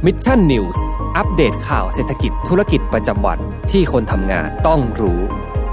Mission News อัปเดตข่าวเศรษฐกิจธุรกิจประจำวันที่คนทำงานต้องรู้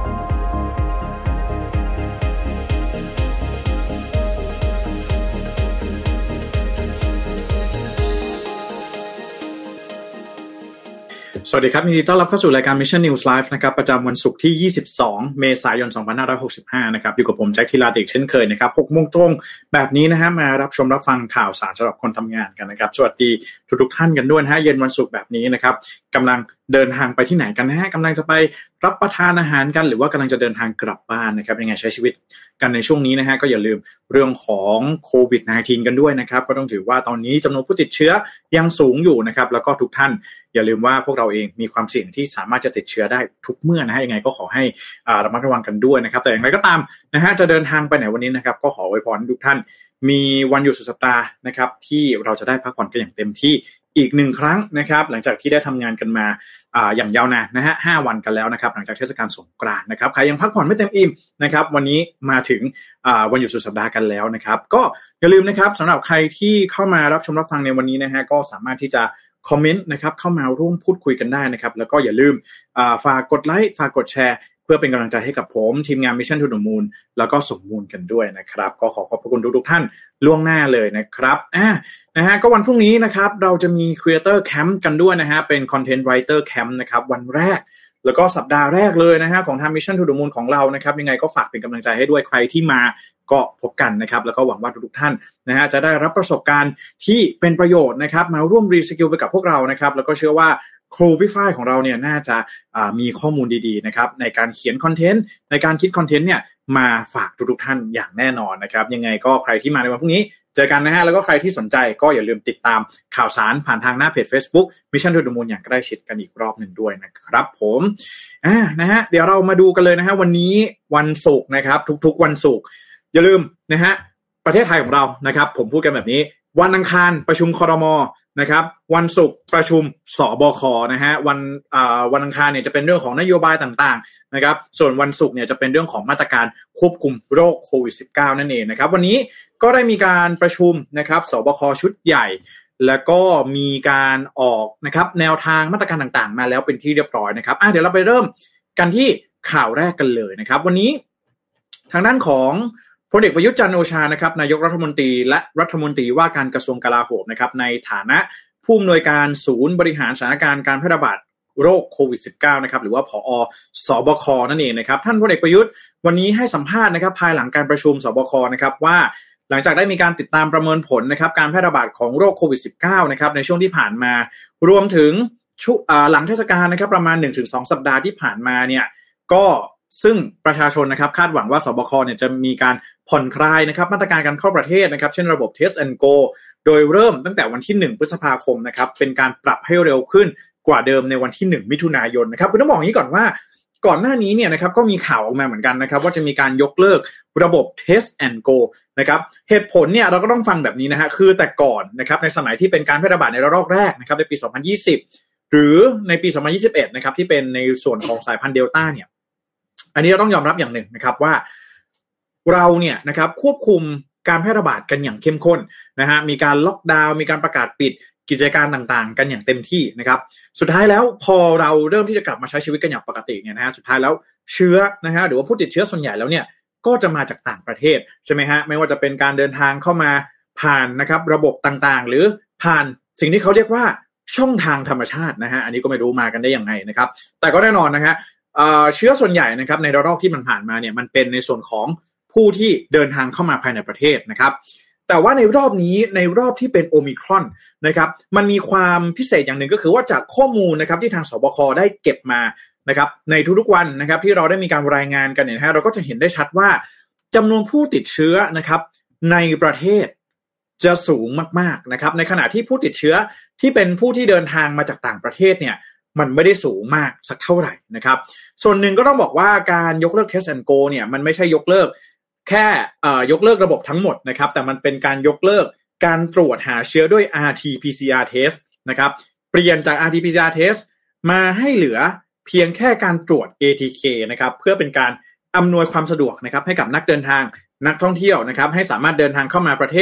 สวัสดีครับยินดีต้อนรับเข้าสู่รายการ Mission News Live นะครับประจำวันศุกร์ที่22เมษายน2565นะครับอยู่กับผมแจ็คทีลาติกเช่นเคยนะครับ 6:00 นตรงแบบนี้นะฮะมารับชมรับฟังข่าวสารสำหรับคนทำงานกันนะครับสวัสดีทุกท่านกันด้วยนะฮะเย็นวันศุกร์แบบนี้นะครับกำลังเดินทางไปที่ไหนกันนะฮะกำลังจะไปรับประทานอาหารกันหรือว่ากำลังจะเดินทางกลับบ้านนะครับยังไงใช้ชีวิตกันในช่วงนี้นะฮะก็อย่าลืมเรื่องของโควิด -19 กันด้วยนะครับก็ต้องถือว่าตอนนี้จำนวนผู้ติดเชื้อยังสูงอยู่นะครับแล้วก็ทุกท่านอย่าลืมว่าพวกเราเองมีความเสี่ยงที่สามารถจะติดเชื้อได้ทุกเมื่อนะฮะยังไงก็ขอให้ระมัดระวังกันด้วยนะครับแต่อย่างไรก็ตามนะฮะจะเดินทางไปไหนวันนี้นะครับก็ขออวยพรทุกท่านมีวันหยุดสุดสัปดาห์นะครับที่เราจะได้พักผ่อนกันอย่างเต็มที่อีก1ครั้งนะครับหลังจากที่ได้ทำงานกันมาอย่างยาวนานนะฮะ5วันกันแล้วนะครับหลังจากเทศกาลสงกรานต์นะครับใครยังพักผ่อนไม่เต็มอิ่มนะครับวันนี้มาถึงวันหยุดสุดสัปดาห์กันแล้วนะครับก็อย่าลืมนะครับสำหรับใครที่เข้ามารับชมรับฟังในวันนี้นะฮะก็สามารถที่จะคอมเมนต์นะครับเข้ามาร่วมพูดคุยกันได้นะครับแล้วก็อย่าลืมฝากกดไลค์ฝากกดแชร์เพื่อเป็นกำลังใจให้กับผมทีมงาน Mission to the Moon แล้วก็ส่งมูลกันด้วยนะครับก็ขอขอบคุณทุกท่านล่วงหน้าเลยนะครับนะฮะก็วันพรุ่งนี้นะครับเราจะมี Creator Camp กันด้วยนะฮะเป็น Content Writer Camp นะครับวันแรกแล้วก็สัปดาห์แรกเลยนะฮะของทาง Mission to the Moon ของเรานะครับยังไงก็ฝากเป็นกำลังใจให้ด้วยใครที่มาก็พบกันนะครับแล้วก็หวังว่าทุกท่านนะฮะจะได้รับประสบการณ์ที่เป็นประโยชน์นะครับมาร่วมรีสกิลไปกับพวกเรานะครับแล้วก็เชื่อว่าครูพี่ฝ้ายของเราเนี่ยน่าจะมีข้อมูลดีๆนะครับในการเขียนคอนเทนต์ในการคิดคอนเทนต์เนี่ยมาฝากทุกท่านอย่างแน่นอนนะครับยังไงก็ใครที่มาในวันพรุ่งนี้เจอกันนะฮะแล้วก็ใครที่สนใจก็อย่าลืมติดตามข่าวสารผ่านทางหน้าเพจ Facebook Mission to the Moon อย่างใกล้ชิดกันอีกรอบหนึ่งด้วยนะครับผมนะฮะเดี๋ยวเรามาดูกันเลยนะฮะวันนี้วันศุกร์นะครับทุกๆวันศุกร์อย่าลืมนะฮะประเทศไทยของเรานะครับผมพูดกันแบบนี้วันอังคารประชุมครม.นะครับวันศุกร์ประชุมสบคนะฮะวันอังคารเนี่ยจะเป็นเรื่องของนโยบายต่างๆนะครับส่วนวันศุกร์เนี่ยจะเป็นเรื่องของมาตรการควบคุมโรคโควิด -19 นั่นเองนะครับวันนี้ก็ได้มีการประชุมนะครับสบคชุดใหญ่แล้วก็มีการออกนะครับแนวทางมาตรการต่างๆมาแล้วเป็นที่เรียบร้อยนะครับเดี๋ยวเราไปเริ่มกันที่ข่าวแรกกันเลยนะครับวันนี้ทางด้านของพลเอกประยุทธ์จันทร์โอชานะครับนายกรัฐมนตรีและรัฐมนตรีว่าการกระทรวงกลาโหมนะครับในฐานะผู้อำนวยการศูนย์บริหารสถานการณ์การแพร่ระบาดโรคโควิด -19 นะครับหรือว่าผอ.สบคนั่นเองนะครับท่านพลเอกประยุทธ์วันนี้ให้สัมภาษณ์นะครับภายหลังการประชุมสบคนะครับว่าหลังจากได้มีการติดตามประเมินผลนะครับการแพร่ระบาดของโรคโควิด -19 นะครับในช่วงที่ผ่านมารวมถึงหลังเทศกาลนะครับประมาณ 1-2 สัปดาห์ที่ผ่านมาเนี่ยก็ซึ่งประชาชนนะครับคาดหวังว่าสบคเนี่ยจะมีการผ่อนคลายนะครับมาตรการการเข้าประเทศนะครับเช่นระบบ Test and Go โดยเริ่มตั้งแต่วันที่1พฤษภาคมนะครับเป็นการปรับให้เร็วขึ้นกว่าเดิมในวันที่1มิถุนายนนะครับคุณต้องบอกอย่างนี้ก่อนว่าก่อนหน้านี้เนี่ยนะครับก็มีข่าวออกมาเหมือนกันนะครับว่าจะมีการยกเลิกระบบ Test and Go นะครับเหตุผลเนี่ยเราก็ต้องฟังแบบนี้นะฮะคือแต่ก่อนนะครับในสมัยที่เป็นการแพร่ระบาดในระลอกแรกนะครับในปี2020หรือในปี2021นะครับที่เป็นในส่วนของสายพันธุ์เดลต้าเนี่ยอันนี้เราต้องยอมรับอย่างหนึ่งนะครับว่าเราเนี่ยนะครับควบคุมการแพร่ระบาดกันอย่างเข้มข้นนะฮะมีการล็อกดาวน์มีการประกาศปิดกิจการต่างๆกันอย่างเต็มที่นะครับสุดท้ายแล้วพอเราเริ่มที่จะกลับมาใช้ชีวิตกันอย่างปกติเนี่ยนะฮะสุดท้ายแล้วเชื้อนะฮะหรือว่าผู้ติดเชื้อส่วนใหญ่แล้วเนี่ยก็จะมาจากต่างประเทศใช่ไหมฮะไม่ว่าจะเป็นการเดินทางเข้ามาผ่านนะครับระบบต่างๆหรือผ่านสิ่งที่เขาเรียกว่าช่องทางธรรมชาตินะฮะอันนี้ก็ไม่รู้มากันได้ยังไงนะครับแต่ก็แน่นอนนะฮะเชื้อส่วนใหญ่นะครับในระลอกที่มันผ่านมาเนี่ยมันเป็นในส่วนของผู้ที่เดินทางเข้ามาภายในประเทศนะครับแต่ว่าในรอบนี้ในรอบที่เป็นโอมิครอนนะครับมันมีความพิเศษอย่างหนึ่งก็คือว่าจากข้อมูลนะครับที่ทางสบคได้เก็บมานะครับในทุกๆวันนะครับที่เราได้มีการรายงานกันเนี่ยนะฮะเราก็จะเห็นได้ชัดว่าจำนวนผู้ติดเชื้อนะครับในประเทศจะสูงมากๆนะครับในขณะที่ผู้ติดเชื้อที่เป็นผู้ที่เดินทางมาจากต่างประเทศเนี่ยมันไม่ได้สูงมากสักเท่าไหร่นะครับส่วนหนึ่งก็ต้องบอกว่าการยกเลิก Test and Go เนี่ยมันไม่ใช่ยกเลิกแค่ยกเลิกระบบทั้งหมดนะครับแต่มันเป็นการยกเลิกการตรวจหาเชื้อด้วย RT-PCR test นะครับเปลี่ยนจาก RT-PCR test มาให้เหลือเพียงแค่การตรวจ ATK นะครับเพื่อเป็นการอำนวยความสะดวกนะครับให้กับนักเดินทางนักท่องเที่ยวนะครับให้สามารถเดินทางเข้ามาประเทศ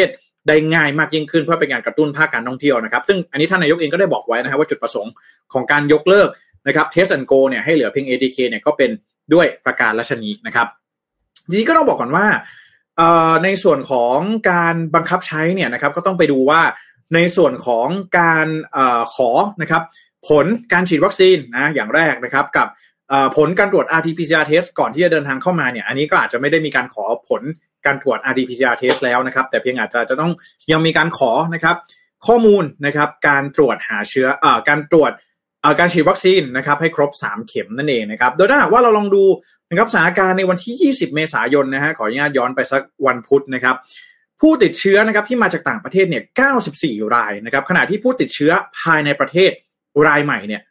ได้ง่ายมากยิ่งขึ้นเพื่อเป็นการกระตุ้นภาคการท่องเที่ยวนะครับซึ่งอันนี้ท่านนายกเองก็ได้บอกไว้นะครับว่าจุดประสงค์ของการยกเลิกนะครับ Test and Go เนี่ยให้เหลือเพียง ATK เนี่ยก็เป็นด้วยประการฉะนี้นะครับทีนี้ก็ต้องบอกก่อนว่าในส่วนของการบังคับใช้เนี่ยนะครับก็ต้องไปดูว่าในส่วนของการขอนะครับผลการฉีดวัคซีนนะอย่างแรกนะครับกับผลการตรวจ RT-PCR test ก่อนที่จะเดินทางเข้ามาเนี่ยอันนี้ก็อาจจะไม่ได้มีการขอผลการตรวจ RT-PCR test แล้วนะครับแต่เพียงอาจจะต้องยังมีการขอนะครับข้อมูลนะครับการตรวจหาเชื้อการตรวจการฉีดวัคซีนนะครับให้ครบ3เข็มนั่นเองนะครับโดยถ้าหากว่าเราลองดูนะครับสถานการณ์ในวันที่20เมษายนนะฮะขออนุญาตย้อนไปสักวันพุธนะครับผู้ติดเชื้อนะครับที่มาจากต่างประเทศเนี่ย94รายนะครับขณะที่ผู้ติดเชื้อภายในประเทศรายใหม่เนี่ย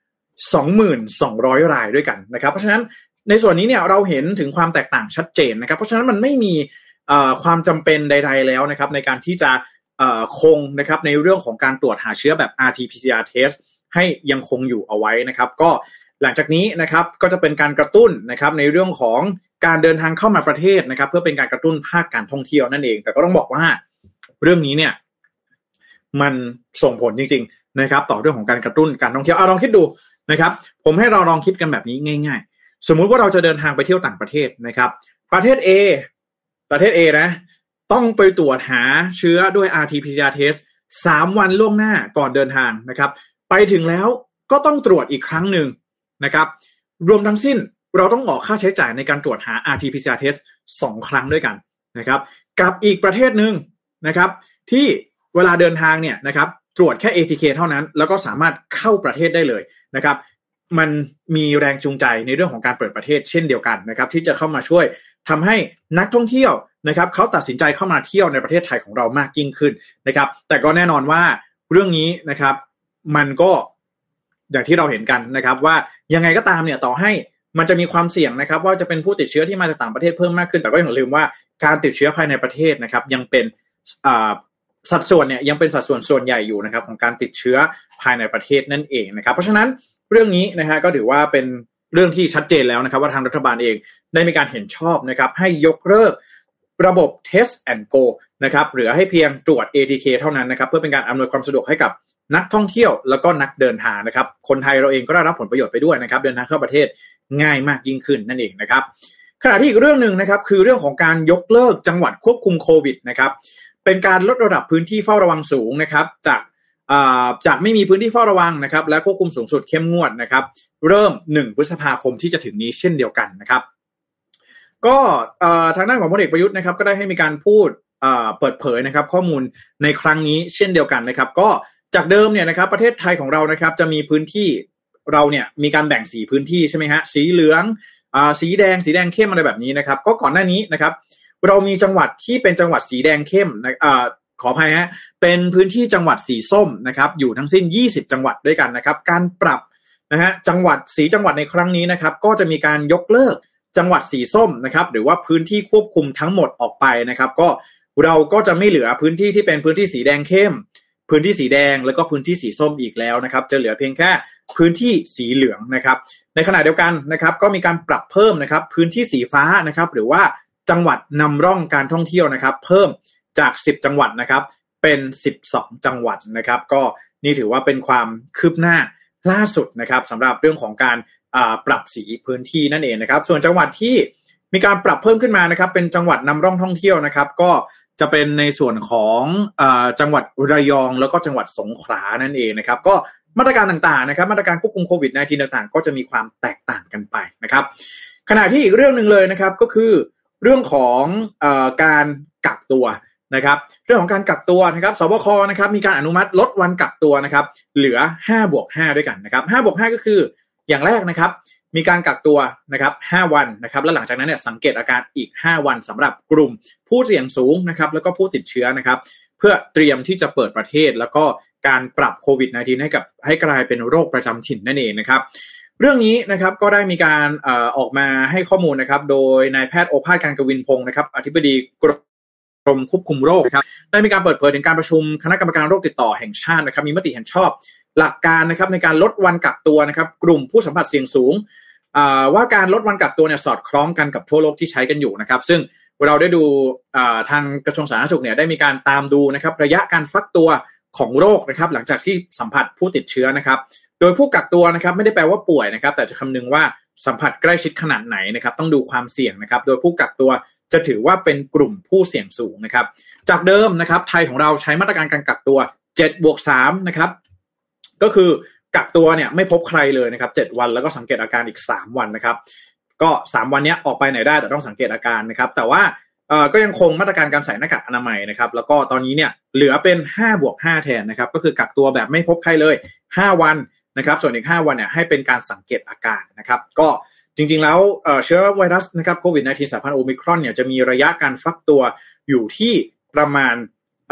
2,200 รายด้วยกันนะครับเพราะฉะนั้นในส่วนนี้เนี่ยเราเห็นถึงความแตกต่างชัดเจนนะครับเพราะฉะนั้นมันไม่มีความจำเป็นใดๆแล้วนะครับในการที่จะคงนะครับในเรื่องของการตรวจหาเชื้อแบบ RT-PCR test ให้ยังคงอยู่เอาไว้นะครับก็หลังจากนี้นะครับก็จะเป็นการกระตุ้นนะครับในเรื่องของการเดินทางเข้ามาประเทศนะครับเพื่อเป็นการกระตุ้นภาคการท่องเที่ยวนั่นเองแต่ก็ต้องบอกว่าเรื่องนี้เนี่ยมันส่งผลจริงๆนะครับต่อเรื่องของการกระตุ้นการท่องเที่ยวลองคิดดูนะครับผมให้เราลองคิดกันแบบนี้ง่ายๆสมมุติว่าเราจะเดินทางไปเที่ยวต่างประเทศนะครับประเทศ A นะต้องไปตรวจหาเชื้อด้วย RT-PCR test 3 วันล่วงหน้าก่อนเดินทางนะครับไปถึงแล้วก็ต้องตรวจอีกครั้งหนึ่งนะครับรวมทั้งสิ้นเราต้องออกค่าใช้จ่ายในการตรวจหา RT-PCR test 2 ครั้งด้วยกันนะครับกับอีกประเทศหนึ่งนะครับที่เวลาเดินทางเนี่ยนะครับตรวจแค่ ATK เท่านั้นแล้วก็สามารถเข้าประเทศได้เลยนะครับมันมีแรงจูงใจในเรื่องของการเปิดประเทศเช่นเดียวกันนะครับที่จะเข้ามาช่วยทำให้นักท่องเที่ยวนะครับเขาตัดสินใจเข้ามาเที่ยวในประเทศไทยของเรามากยิ่งขึ้นนะครับแต่ก็แน่นอนว่าเรื่องนี้นะครับมันก็อย่างที่เราเห็นกันนะครับว่ายังไงก็ตามเนี่ยต่อให้มันจะมีความเสี่ยงนะครับว่าจะเป็นผู้ติดเชื้อที่มาจากต่างประเทศเพิ่มมากขึ้นแต่ก็อย่าลืมว่าการติดเชื้อภายในประเทศนะครับยังเป็นสัดส่วนเนี่ยยังเป็นสัดส่วนใหญ่อยู่นะครับของการติดเชื้อภายในประเทศนั่นเองนะครับเพราะฉะนั้นเรื่องนี้นะฮะก็ถือว่าเป็นเรื่องที่ชัดเจนแล้วนะครับว่าทางรัฐบาลเองได้มีการเห็นชอบนะครับให้ยกเลิกระบบ Test and Go นะครับเหลือให้เพียงตรวจ ATK เท่านั้นนะครับเพื่อเป็นการอำนวยความสะดวกให้กับนักท่องเที่ยวแล้วก็นักเดินทางนะครับคนไทยเราเองก็ได้รับผลประโยชน์ไปด้วยนะครับเดินทางเข้าประเทศง่ายมากยิ่งขึ้นนั่นเองนะครับขณะที่อีกเรื่องนึงนะครับคือเรื่องของการยกเลิกจังหวัดควบคุมโควิดนะครับเป็นการลดระดับพื้นที่เฝ้าระวังสูงนะครับจากไม่มีพื้นที่เฝ้าระวังนะครับและควบคุมสูงสุดเข้มงวดนะครับเริ่ม1พฤษภาคมที่จะถึงนี้เช่นเดียวกันนะครับก็ทางด้านของพลเอกประยุทธ์นะครับก็ได้ให้มีการพูดเปิดเผยนะครับข้อมูลในครั้งนี้เช่นเดียวกันนะครับก็จากเดิมเนี่ยนะครับประเทศไทยของเรานะครับจะมีพื้นที่เราเนี่ยมีการแบ่งสีพื้นที่ใช่ไหมฮะสีเหลืองสีแดงเข้มอะไรแบบนี้นะครับก็ก่อนหน้านี้นะครับเรามีจังหวัดที่เป็นจังหวัดสีแดงเข้มขออภัยฮะเป็นพื้นที่จังหวัดสีส้มนะครับอยู่ทั้งสิ้น20จังหวัดด้วยกันนะครับการปรับนะฮะจังหวัดในครั้งนี้นะครับก็จะมีการยกเลิกจังหวัดสีส้มนะครับหรือว่าพื้นที่ควบคุมทั้งหมดออกไปนะครับก็เราก็จะไม่เหลือพื้นที่ที่เป็นพื้นที่สีแดงเข้มพื้นที่สีแดงแล้วก็พื้นที่สีส้มอีกแล้วนะครับจะเหลือเพียงแค่พื้นที่สีเหลืองนะครับในขณะเดียวกันนะครับก็มีการปรับเพิ่มนะครับพื้นที่สีฟ้านะครับหรือว่าจังหวัดนำร่องการท่องเที่ยวนะครับเพิ่มจาก10จังหวัดนะครับเป็น12จังหวัดนะครับก็นี่ถือว่าเป็นความคืบหน้าล่าสุดนะครับสำหรับเรื่องของการปรับสีพื้นที่นั่นเองนะครับส่วนจังหวัดที่มีการปรับเพิ่มขึ้นมานะครับเป็นจังหวัดนำร่องท่องเที่ยวนะครับก็จะเป็นในส่วนของจังหวัดระยองแล้วก็จังหวัดสงขลานั่นเองนะครับก็มาตรการต่างๆนะครับมาตรการควบคุมโควิด -19 ต่างๆก็จะมีความแตกต่างกันไปนะครับขณะที่อีกเรื่องนึงเลยนะครับก็คือเรื่องของการกักตัวนะครับเรื่องของการกักตัวนะครับสบคนะครับมีการอนุมัติลดวันกักตัวนะครับเหลือ 5+5 ด้วยกันนะครับ 5+5 ก็คืออย่างแรกนะครับมีการกักตัวนะครับ5วันนะครับแล้วหลังจากนั้นเนี่ยสังเกตอาการอีก5วันสำหรับกลุ่มผู้เสี่ยงสูงนะครับแล้วก็ผู้ติดเชื้อนะครับเพื่อเตรียมที่จะเปิดประเทศแล้วก็การปรับโควิด -19 ให้กลายเป็นโรคประจำถิ่นนั่นเองนะครับเรื่องนี้นะครับก็ได้มีการออกมาให้ข้อมูลนะครับโดยนายแพทย์โอภาสการกวินพงศ์นะครับอธิบดีกรมควบคุมโรคนะครับได้มีการเปิดเผยถึงการประชุมคณะกรรมการโรคติดต่อแห่งชาตินะครับมีมติเห็นชอบหลักการนะครับในการลดวันกักตัวนะครับกลุ่มผู้สัมผัสเสี่ยงสูงว่าการลดวันกักตัวเนี่ยสอดคล้องกันกับทั่วโลกที่ใช้กันอยู่นะครับซึ่งเราได้ดูทางกระทรวงสาธารณสุขเนี่ยได้มีการตามดูนะครับระยะการฟักตัวของโรคนะครับหลังจากที่สัมผัสผู้ติดเชื้อนะครับโดยผู้กักตัวนะครับไม่ได้แปลว่าป่วยนะครับแต่จะคำนึงว่าสัมผัสใกล้ชิดขนาดไหนนะครับต้องดูความเสี่ยงนะครับโดยผู้กักตัวจะถือว่าเป็นกลุ่มผู้เสี่ยงสูงนะครับจากเดิมนะครับไทยของเราใช้มาตรการการกักตัว 7+3 นะครับก็คือกักตัวเนี่ยไม่พบใครเลยนะครับ7วันแล้วก็สังเกตอาการอีก3วันนะครับก็3วันนี้ออกไปไหนได้แต่ต้องสังเกตอาการนะครับแต่ว่าก็ยังคงมาตรการการใส่หน้ากากอนามัยนะครับแล้วก็ตอนนี้เนี่ยเหลือเป็น 5+5 แทนนะครับก็คือกักตัวแบบไม่พบใครเลย5วันนะครับส่วนอีก5วันเนี่ยให้เป็นการสังเกตอาการนะครับก็จริงๆแล้วเชื้อไวรัสนะครับโควิด -19 สายพันธุ์โอมิครอนเนี่ยจะมีระยะการฟักตัวอยู่ที่ประมาณ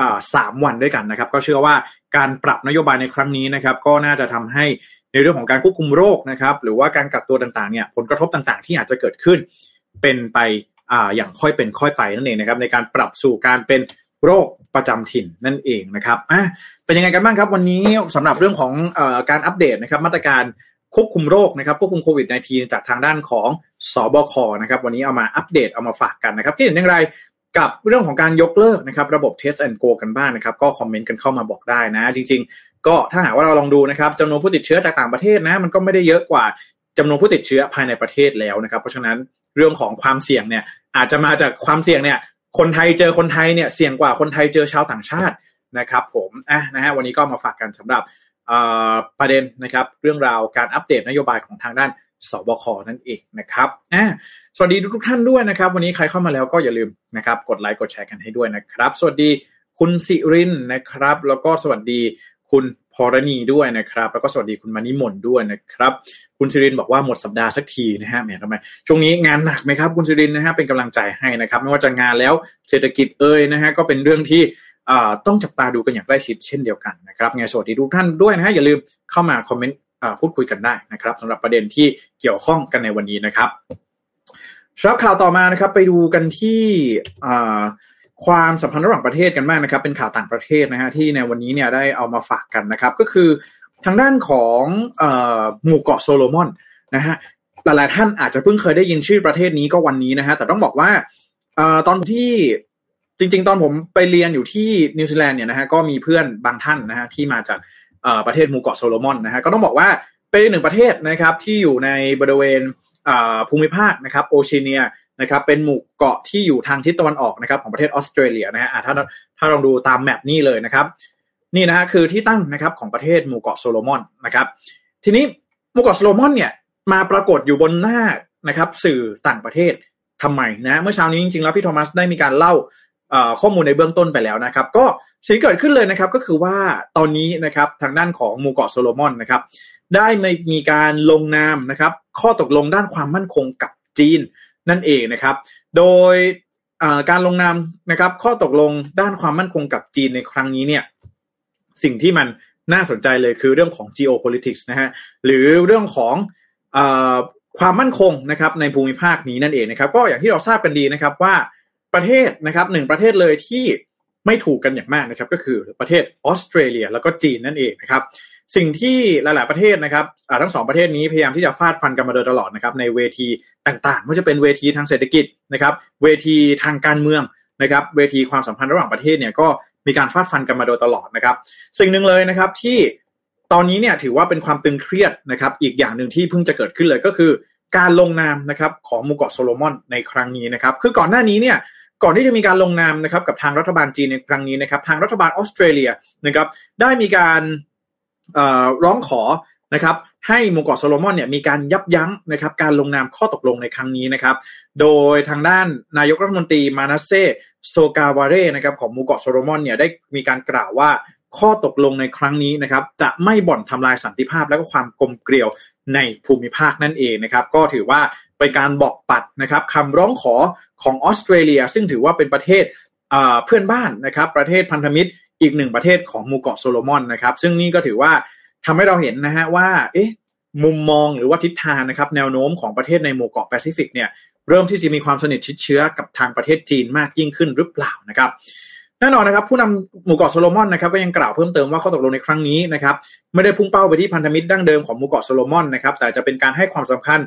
3วันด้วยกันนะครับก็เชื่อว่าการปรับนโยบายในครั้งนี้นะครับก็น่าจะทำให้ในเรื่องของการควบคุมโรคนะครับหรือว่าการกักตัวต่างๆเนี่ยผลกระทบต่างๆที่อาจจะเกิดขึ้นเป็นไปอย่างค่อยเป็นค่อยไปนั่นเองนะครับในการปรับสู่การเป็นโรคประจำถิ่นนั่นเองนะครับเป็นยังไงกันบ้างครับวันนี้สำหรับเรื่องของการอัปเดตนะครับมาตรการควบคุมโรคนะครับควบคุมโควิด -19 จากทางด้านของสบคนะครับวันนี้เอามาอัปเดตเอามาฝากกันนะครับที่เห็นอย่างไรกับเรื่องของการยกเลิกนะครับระบบ Test and Go กันบ้างนะครับก็คอมเมนต์กันเข้ามาบอกได้นะจริงๆก็ถ้าหากว่าเราลองดูนะครับจำนวนผู้ติดเชื้อจากต่างประเทศนะมันก็ไม่ได้เยอะกว่าจำนวนผู้ติดเชื้อภายในประเทศแล้วนะครับเพราะฉะนั้นเรื่องของความเสี่ยงเนี่ยอาจจะมาจากความเสี่ยงเนี่ยคนไทยเจอคนไทยเนี่ยเสี่ยงกว่าคนไทยเจอชาวต่างชาตินะครับผมนะฮะวันนี้ก็มาฝากกันสำหรับประเด็นนะครับเรื่องราวการอัปเดตนโยบายของทางด้านสบคนั่นเองนะครับสวัสดีทุกท่านด้วยนะครับวันนี้ใครเข้ามาแล้วก็อย่าลืมนะครับกดไลค์กดแชร์กันให้ด้วยนะครับสวัสดีคุณสิรินนะครับแล้วก็สวัสดีคุณพรณีด้วยนะครับแล้วก็สวัสดีคุณมณิมนด้วยนะครับคุณสิรินบอกว่าหมดสัปดาห์สักทีนะฮะแหมทำไมช่วงนี้งานหนักไหมครับคุณสิรินนะฮะเป็นกำลังใจให้นะครับไม่ว่าจะงานแล้วเศรษฐกิจนะฮะก็เป็นเรื่องที่ต้องจับตาดูกันอย่างใกล้ชิดเช่นเดียวกันนะครับไงสวัสดีทุกท่านด้วยนะฮะอย่าลืมเข้ามาคอมเมนต์พูดคุยกันได้นะครับสำหรับประเด็นที่เกี่ยวข้องกันในวันนี้นะครับครับข่าวต่อมานะครับไปดูกันที่ความสัมพันธ์ระหว่างประเทศกันบ้างนะครับเป็นข่าวต่างประเทศนะฮะที่ในวันนี้เนี่ยได้เอามาฝากกันนะครับก็คือทางด้านของหมู่เกาะโซโลมอนนะฮะหลายๆท่านอาจจะเพิ่งเคยได้ยินชื่อประเทศนี้ก็วันนี้นะฮะแต่ต้องบอกว่าตอนที่จริงๆตอนผมไปเรียนอยู่ที่นิวซีแลนด์เนี่ยนะฮะก็มีเพื่อนบางท่านนะฮะที่มาจากประเทศหมู่เกาะโซโลมอนนะฮะก็ต้องบอกว่าเป็นหนึ่งประเทศนะครับที่อยู่ในบริเวณภูมิภาคนะครับโอเชียเนียนะครับเป็นหมู่เกาะที่อยู่ทางทิศตะวันออกนะครับของประเทศออสเตรเลียนะฮะถ้าลองดูตามแมปนี้เลยนะครับนี่นะฮะคือที่ตั้งนะครับของประเทศหมู่เกาะโซโลมอนนะครับทีนี้หมู่เกาะโซโลมอนเนี่ยมาปรากฏอยู่บนหน้านะครับสื่อต่างประเทศทำไมนะเมื่อเช้านี้จริงๆแล้วพี่โทมัสได้มีการเล่าข้อมูลในเบื้องต้นไปแล้วนะครับก็สิ่งที่เกิดขึ้นเลยนะครับก็คือว่าตอนนี้นะครับทางด้านของหมู่เกาะโซโลมอนนะครับได้มีการลงนามนะครับข้อตกลงด้านความมั่นคงกับจีนนั่นเองนะครับโดยการลงนามนะครับข้อตกลงด้านความมั่นคงกับจีนในครั้งนี้เนี่ยสิ่งที่มันน่าสนใจเลยคือเรื่องของ geopolitics นะฮะหรือเรื่องของความมั่นคงนะครับในภูมิภาคนี้นั่นเองนะครับก็อย่างที่เราทราบกันดีนะครับว่าประเทศนะครับหนึ่งประเทศเลยที่ไม่ถูกกันอย่างมากนะครับก็คือประเทศออสเตรเลียแล้วก็จีนนั่นเองนะครับสิ่งที่หลายๆประเทศนะครับทั้งสองประเทศนี้พยายามที่จะฟาดฟันกันมาโดยตลอดนะครับในเวทีต่างๆไม่ว่าจะเป็นเวทีทางเศรษฐกิจนะครับเวทีทางการเมืองนะครับเวทีความสัมพันธ์ระหว่างประเทศเนี่ยก็มีการฟาดฟันกันมาโดยตลอดนะครับสิ่งหนึ่งเลยนะครับที่ตอนนี้เนี่ยถือว่าเป็นความตึงเครียดนะครับอีกอย่างหนึ่งที่เพิ่งจะเกิดขึ้นเลยก็คือการลงนามนะครับของหมู่เกาะโซโลมอนในครั้งนี้นะครับคือก่อนหน้านี้เนี่ยก่อนที่จะมีการลงนามนะครับกับทางรัฐบาลจีนในครั้งนี้นะครับทางรัฐบาลออสเตรเลียนะครับได้มีการร้องขอนะครับให้หมู่เกาะโซโลมอนเนี่ยมีการยับยั้งนะครับการลงนามข้อตกลงในครั้งนี้นะครับโดยทางด้านนายกรัฐมนตรีมานาเซโซกาวาเร่นะครับของหมู่เกาะโซโลมอนเนี่ยได้มีการกล่าวว่าข้อตกลงในครั้งนี้นะครับจะไม่บ่อนทำลายสันติภาพและก็ความกลมเกลียวในภูมิภาคนั่นเองนะครับก็ถือว่าเป็นการบอกปัดนะครับคำร้องขอของออสเตรเลียซึ่งถือว่าเป็นประเทศเพื่อนบ้านนะครับประเทศพันธมิตรอีกหนึ่งประเทศของหมู่เกาะโซโลมอนนะครับซึ่งนี่ก็ถือว่าทำให้เราเห็นนะฮะว่ามุมมองหรือว่าทิศทางนะครับแนวโน้มของประเทศในหมู่เกาะแปซิฟิกเนี่ยเริ่มที่จะมีความสนิทชิดเชื้อกับทางประเทศจีนมากยิ่งขึ้นหรือเปล่านะครับแน่นอนนะครับผู้นำหมู่เกาะโซโลมอนนะครับก็ยังกล่าวเพิ่มเติมว่าข้อตกลงในครั้งนี้นะครับไม่ได้พุ่งเป้าไปที่พันธมิตรดั้งเดิมของหมู่เกาะโซโลมอนนะครับแต่จะเป็นการให้ความสำคัญ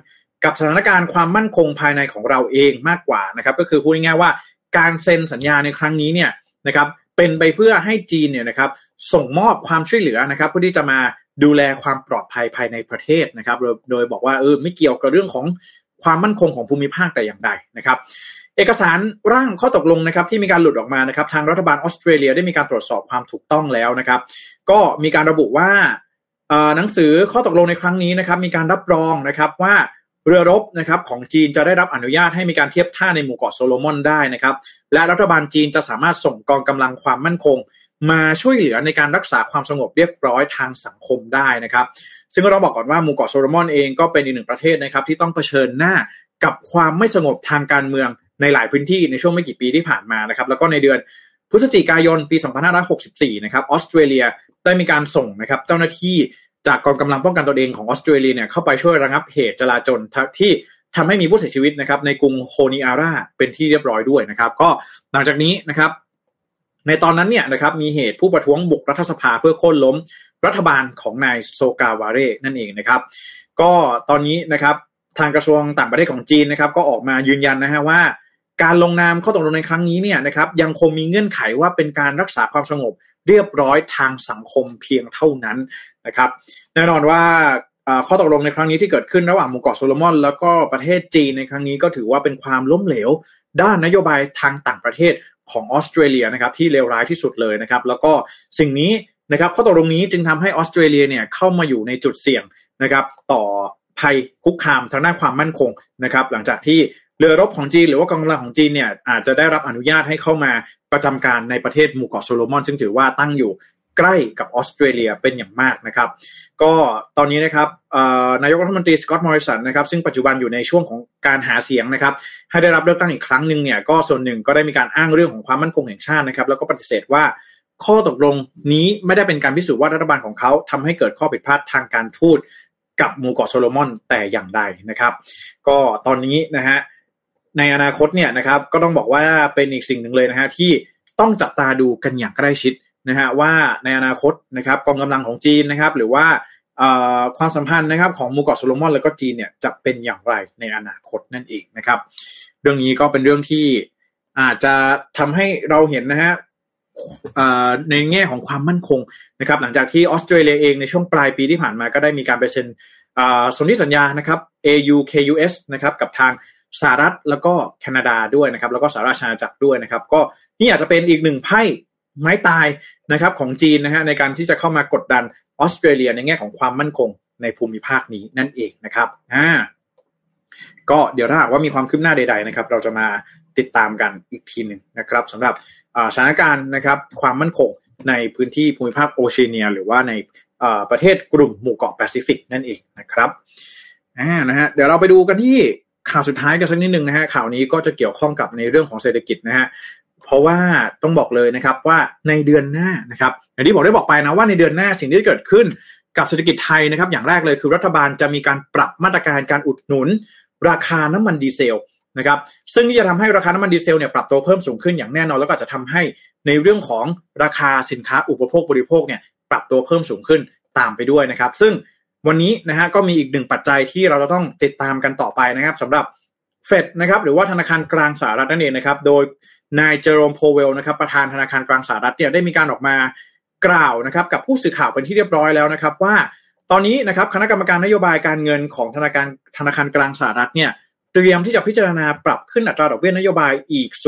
กับสถานการณ์ความมั่นคงภายในของเราเองมากกว่านะครับก็คือพูดง่ายๆว่าการเซ็นสัญญาในครั้งนี้เนี่ยนะครับเป็นไปเพื่อให้จีนเนี่ยนะครับส่งมอบความช่วยเหลือนะครับเพื่อที่จะมาดูแลความปลอดภัยภายในประเทศนะครับโดยบอกว่าไม่เกี่ยวกับเรื่องของความมั่นคงของภูมิภาคแต่อย่างใดนะครับเอกสารร่างข้อตกลงนะครับที่มีการหลุดออกมานะครับทางรัฐบาลออสเตรเลียได้มีการตรวจสอบความถูกต้องแล้วนะครับก็มีการระบุว่าหนังสือข้อตกลงในครั้งนี้นะครับมีการรับรองนะครับว่าเรือรบนะครับของจีนจะได้รับอนุญาตให้มีการเทียบท่าในหมู่เกาะโซโลมอนได้นะครับและรัฐบาลจีนจะสามารถส่งกองกำลังความมั่นคงมาช่วยเหลือในการรักษาความสงบเรียบร้อยทางสังคมได้นะครับซึ่งก็ต้องบอกก่อนว่าหมู่เกาะโซโลมอนเองก็เป็นอีกหนึ่งประเทศนะครับที่ต้องเผชิญหน้ากับความไม่สงบทางการเมืองในหลายพื้นที่ในช่วงไม่กี่ปีที่ผ่านมานะครับแล้วก็ในเดือนพฤศจิกายนปี2564นะครับออสเตรเลียได้มีการส่งนะครับเจ้าหน้าที่จากกองกำลังป้องกันตนเองของออสเตรเลียเนี่ยเข้าไปช่วยระงับเหตุจลาจลที่ทำให้มีผู้เสียชีวิตนะครับในกรุงโฮนิอาราเป็นที่เรียบร้อยด้วยนะครับก็หลังจากนี้นะครับในตอนนั้นเนี่ยนะครับมีเหตุผู้ประท้วงบุกรัฐสภาเพื่อโค่นล้มรัฐบาลของนายโซกาวาเร่นั่นเองนะครับก็ตอนนี้นะครับทางกระทรวงต่างประเทศของจีนนะครับก็ออกมายืนยันนะฮะว่าการลงนามข้อตกลงในครั้งนี้เนี่ยนะครับยังคงมีเงื่อนไขว่าเป็นการรักษาความสงบเรียบร้อยทางสังคมเพียงเท่านั้นนะครับแน่นอนว่าข้อตกลงในครั้งนี้ที่เกิดขึ้นระหว่างหมู่เกาะโซโลมอนแล้วก็ประเทศจีนในครั้งนี้ก็ถือว่าเป็นความล้มเหลวด้านนโยบายทางต่างประเทศของออสเตรเลียนะครับที่เลวร้ายที่สุดเลยนะครับแล้วก็สิ่งนี้นะครับข้อตกลงนี้จึงทำให้ออสเตรเลียเนี่ยเข้ามาอยู่ในจุดเสี่ยงนะครับต่อภัยคุกคามทางด้านความมั่นคงนะครับหลังจากที่เรือรบของจีนหรือว่ากองกำลังของจีนเนี่ยอาจจะได้รับอนุญาตให้เข้ามาประจำการในประเทศหมู่เกาะโซโลมอนซึ่งถือว่าตั้งอยู่ใกล้กับออสเตรเลียเป็นอย่างมากนะครับก็ตอนนี้นะครับนายกรัฐมนตรีสก็อตต์มอริสันนะครับซึ่งปัจจุบันอยู่ในช่วงของการหาเสียงนะครับให้ได้รับเลือกตั้งอีกครั้งนึงเนี่ยก็ส่วนหนึ่งก็ได้มีการอ้างเรื่องของความมั่นคงแห่งชาตินะครับแล้วก็ปฏิเสธว่าข้อตกลงนี้ไม่ได้เป็นการพิสูจน์ว่ารัฐบาลของเขาทำให้เกิดข้อผิดพลาดทางการทูตกับหมู่เกาะโซโลมอนแต่อย่างใดนะครับก็ตอนนี้นะฮะในอนาคตเนี่ยนะครับก็ต้องบอกว่าเป็นอีกสิ่งหนึ่งเลยนะฮะที่ต้องจับตาดูกันอย่างใกล้ชิดนะฮะว่าในอนาคตนะครับกองกำลังของจีนนะครับหรือว่าความสัมพันธ์นะครับของหมู่เกาะโซโลมอนแล้วก็จีนเนี่ยจะเป็นอย่างไรในอนาคตนั่นเองนะครับเรื่องนี้ก็เป็นเรื่องที่อาจจะทำให้เราเห็นนะฮะในแง่ของความมั่นคงนะครับหลังจากที่ออสเตรเลียเองในช่วงปลายปีที่ผ่านมาก็ได้มีการไปเซ็นสนธิสัญญานะครับ AUKUS นะครับกับทางสหรัฐแล้วก็แคนาดาด้วยนะครับแล้วก็สหราชอาณาจักรด้วยนะครับก็นี่อาจจะเป็นอีกหนึ่งไพ่ไม้ตายนะครับของจีนนะฮะในการที่จะเข้ามากดดันออสเตรเลียในแง่ของความมั่นคงในภูมิภาคนี้นั่นเองนะครับก็เดี๋ยวถ้าหากว่ามีความคืบหน้าใดๆนะครับเราจะมาติดตามกันอีกทีนึงนะครับสำหรับสถานการณ์นะครับความมั่นคงในพื้นที่ภูมิภาคโอเชียเนียหรือว่าในประเทศกลุ่มหมู่เกาะแปซิฟิกนั่นเองนะครับนะฮะเดี๋ยวเราไปดูกันที่ข่าวสุดท้ายกันสักนิดนึงนะฮะข่าวนี้ก็จะเกี่ยวข้องกับในเรื่องของเศรษฐกิจนะฮะเพราะว่าต้องบอกเลยนะครับว่าในเดือนหน้านะครับอย่างที่ได้บอกไปนะว่าในเดือนหน้าสิ่งที่เกิดขึ้นกับเศรษฐกิจไทยนะครับอย่างแรกเลยคือรัฐบาลจะมีการปรับมาตรการการอุดหนุนราคาน้ำมันดีเซลนะครับซึ่งที่จะทำให้ราคาน้ำมันดีเซลเนี่ยปรับตัวเพิ่มสูงขึ้นอย่างแน่นอนแล้วก็จะทำให้ในเรื่องของราคาสินค้าอุปโภคบริโภคเนี่ยปรับตัวเพิ่มสูงขึ้นตามไปด้วยนะครับซึ่งวันนี้นะฮะก็มีอีกหนึ่งปัจจัยที่เราจะต้องติดตามกันต่อไปนะครับสำหรับเฟดนะครับหรือว่าธนาคารกลางสหรัฐนั่นเองนะครับโดยนายเจอโรมโพเวลนะครับประธานธนาคารกลางสหรัฐเนี่ยได้มีการออกมากล่าวนะครับกับผู้สื่อข่าวเป็นที่เรียบร้อยแล้วนะครับว่าตอนนี้นะครับคณะกรรมการนโยบายการเงินของธนาคารกลางสหรัฐเนี่ยเตรียมที่จะพิจารณาปรับขึ้นอัตราดอกเบี้ยนโยบายอีก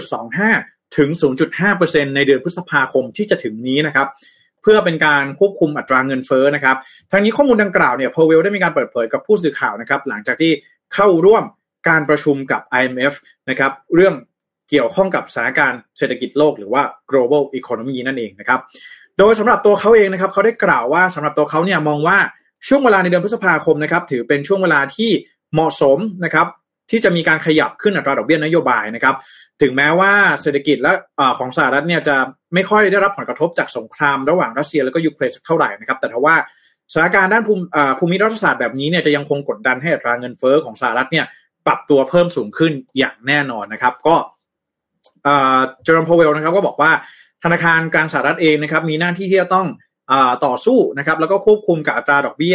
0.25 ถึง 0.5% ในเดือนพฤษภาคมที่จะถึงนี้นะครับเพื่อเป็นการควบคุมอัตราเงินเฟ้อนะครับทางนี้ข้อมูลดังกล่าวเนี่ยโพเวลได้มีการเปิดเผยกับผู้สื่อข่าวนะครับหลังจากที่เข้าร่วมการประชุมกับ IMF นะครับเรื่องเกี่ยวข้องกับสถานการณ์เศรษฐกิจโลกหรือว่า global economy นั่นเองนะครับโดยสำหรับตัวเขาเองนะครับเขาได้กล่าวว่าสำหรับตัวเขาเนี่ยมองว่าช่วงเวลาในเดือนพฤษภาคมนะครับถือเป็นช่วงเวลาที่เหมาะสมนะครับที่จะมีการขยับขึ้นอัตราดอกเบี้ยนโยบายนะครับถึงแม้ว่าเศรษฐกิจและของสหรัฐเนี่ยจะไม่ค่อยได้รับผลกระทบจากสงครามระหว่างรัสเซียและก็ยูเครนสักเท่าไหร่นะครับแต่ถ้าว่าสถานการณ์ด้านภูมิรัฐศาสตร์แบบนี้เนี่ยจะยังคงกดดันให้อัตราเงินเฟ้อของสหรัฐเนี่ยปรับตัวเพิ่มสูงขึ้นอย่างแน่นอนนะครับก็เจอร์มโพเวลนะครับก็บอกว่าธนาคารกลางสหรัฐเองนะครับมีหน้าที่ที่จะต้องต่อสู้นะครับแล้วก็ควบคุมกับอัตราดอกเบี้ย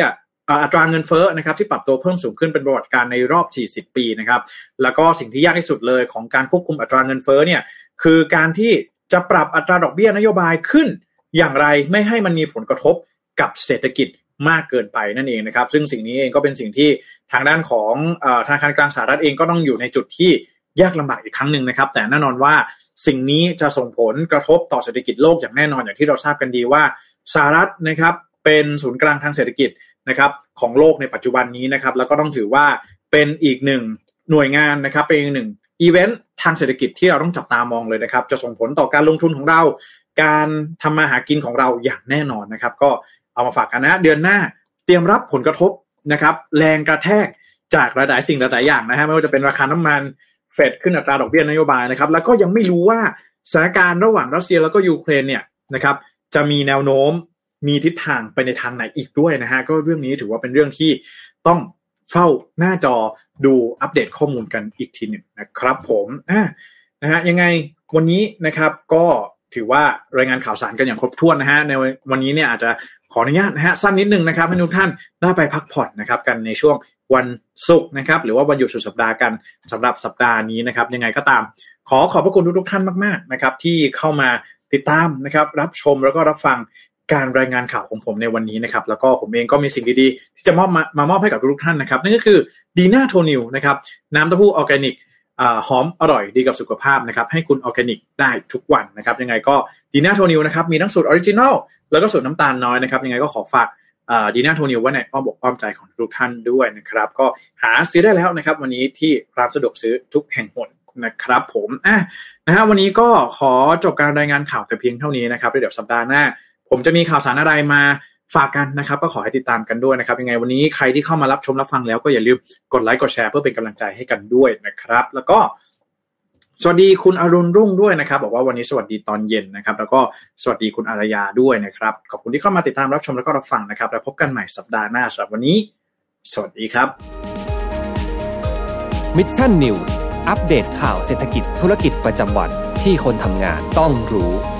อัตราเงินเฟ้อนะครับที่ปรับตัวเพิ่มสูงขึ้นเป็นประวัติการในรอบ40ปีนะครับแล้วก็สิ่งที่ยากที่สุดเลยของการควบคุมอัตราเงินเฟ้อเนี่ยคือการที่จะปรับอัตราดอกเบี้ยนโยบายขึ้นอย่างไรไม่ให้มันมีผลกระทบกับเศรษฐกิจมากเกินไปนั่นเองนะครับซึ่งสิ่งนี้เองก็เป็นสิ่งที่ทางด้านของธนาคารกลางสหรัฐเองก็ต้องอยู่ในจุดที่ยากลำบากอีกครั้งนึงนะครับแต่แน่นอนว่าสิ่งนี้จะส่งผลกระทบต่อเศรษฐกิจโลกอย่างแน่นอนอย่างที่เราทราบกันดีว่าสหรัฐนะครับเป็นศูนย์กลางทางเศรษฐกิจนะครับของโลกในปัจจุบันนี้นะครับแล้วก็ต้องถือว่าเป็นอีกหนึ่งหน่วยงานนะครับเป็นอีกหนึ่งอีเวนต์ทางเศรษฐกิจที่เราต้องจับตามองเลยนะครับจะส่งผลต่อการลงทุนของเราการทำมาหากินของเราอย่างแน่นอนนะครับก็เอามาฝากกันนะเดือนหน้าเตรียมรับผลกระทบนะครับแรงกระแทกจากหลายๆสิ่งหลายๆอย่างนะฮะไม่ว่าจะเป็นราคาน้ำมันเฟดขึ้นอัตราดอกเบี้ยนโยบายนะครับแล้วก็ยังไม่รู้ว่าสถานการณ์ระหว่างรัสเซียแล้วก็ยูเครนเนี่ยนะครับจะมีแนวโน้มมีทิศทางไปในทางไหนอีกด้วยนะฮะก็เรื่องนี้ถือว่าเป็นเรื่องที่ต้องเฝ้าหน้าจอดูอัปเดตข้อมูลกันอีกทีหนึ่งนะครับผมนะฮะยังไงวันนี้นะครับก็ถือว่ารายงานข่าวสารกันอย่างครบถ้วนนะฮะในวันนี้เนี่ยอาจจะขออนุญาตนะฮะสั้นนิดนึงนะครับให้ทุกท่านได้ไปพักผ่อนนะครับกันในช่วงวันศุกร์นะครับหรือว่าวันหยุดสุดสัปดาห์กันสำหรับสัปดาห์นี้นะครับยังไงก็ตามขอบพระคุณทุกท่านมากๆนะครับที่เข้ามาติดตามนะครับรับชมแล้วก็รับฟังการรายงานข่าวของผมในวันนี้นะครับแล้วก็ผมเองก็มีสิ่งดีๆที่จะมอบให้กับทุกท่านนะครับนั่นก็คือดีน่าโทนิวนะครับน้ำเต้าหู้ออร์แกนิกหอมอร่อยดีกับสุขภาพนะครับให้คุณออร์แกนิกได้ทุกวันนะครับยังไงก็ดีน่าโทนิวนะครับมีทั้งสูตรออริจินอลแล้วก็สูตรน้ำตาลน้อยนะครับยังไงก็ขอฝากดีน่าโทนิวไว้ในอ้อมอกอ้อมใจของทุกท่านด้วยนะครับก็หาซื้อได้แล้วนะครับวันนี้ที่ร้านสะดวกซื้อทุกแห่งหนนะครับผมนะฮะวันนี้ก็ขอจบการรายงานข่าวแต่เพียงเท่านี้นะครับเดี๋ยวสัปดาห์หน้าผมจะมีข่าวสารอะไรมาฝากกันนะครับก็ขอให้ติดตามกันด้วยนะครับยังไงวันนี้ใครที่เข้ามารับชมรับฟังแล้วก็อย่าลืมกดไลค์กดแชร์เพื่อเป็นกำลังใจให้กันด้วยนะครับแล้วก็สวัสดีคุณอรุณรุ่งด้วยนะครับบอกว่าวันนี้สวัสดีตอนเย็นนะครับแล้วก็สวัสดีคุณอารยาด้วยนะครับขอบคุณที่เข้ามาติดตามรับชมแล้วก็รับฟังนะครับแล้วพบกันใหม่สัปดาห์หน้าสำหรับวันนี้สวัสดีครับ Mission News อัปเดตข่าวเศรษฐกิจธุรกิจประจำวันที่คนทำงานต้องรู้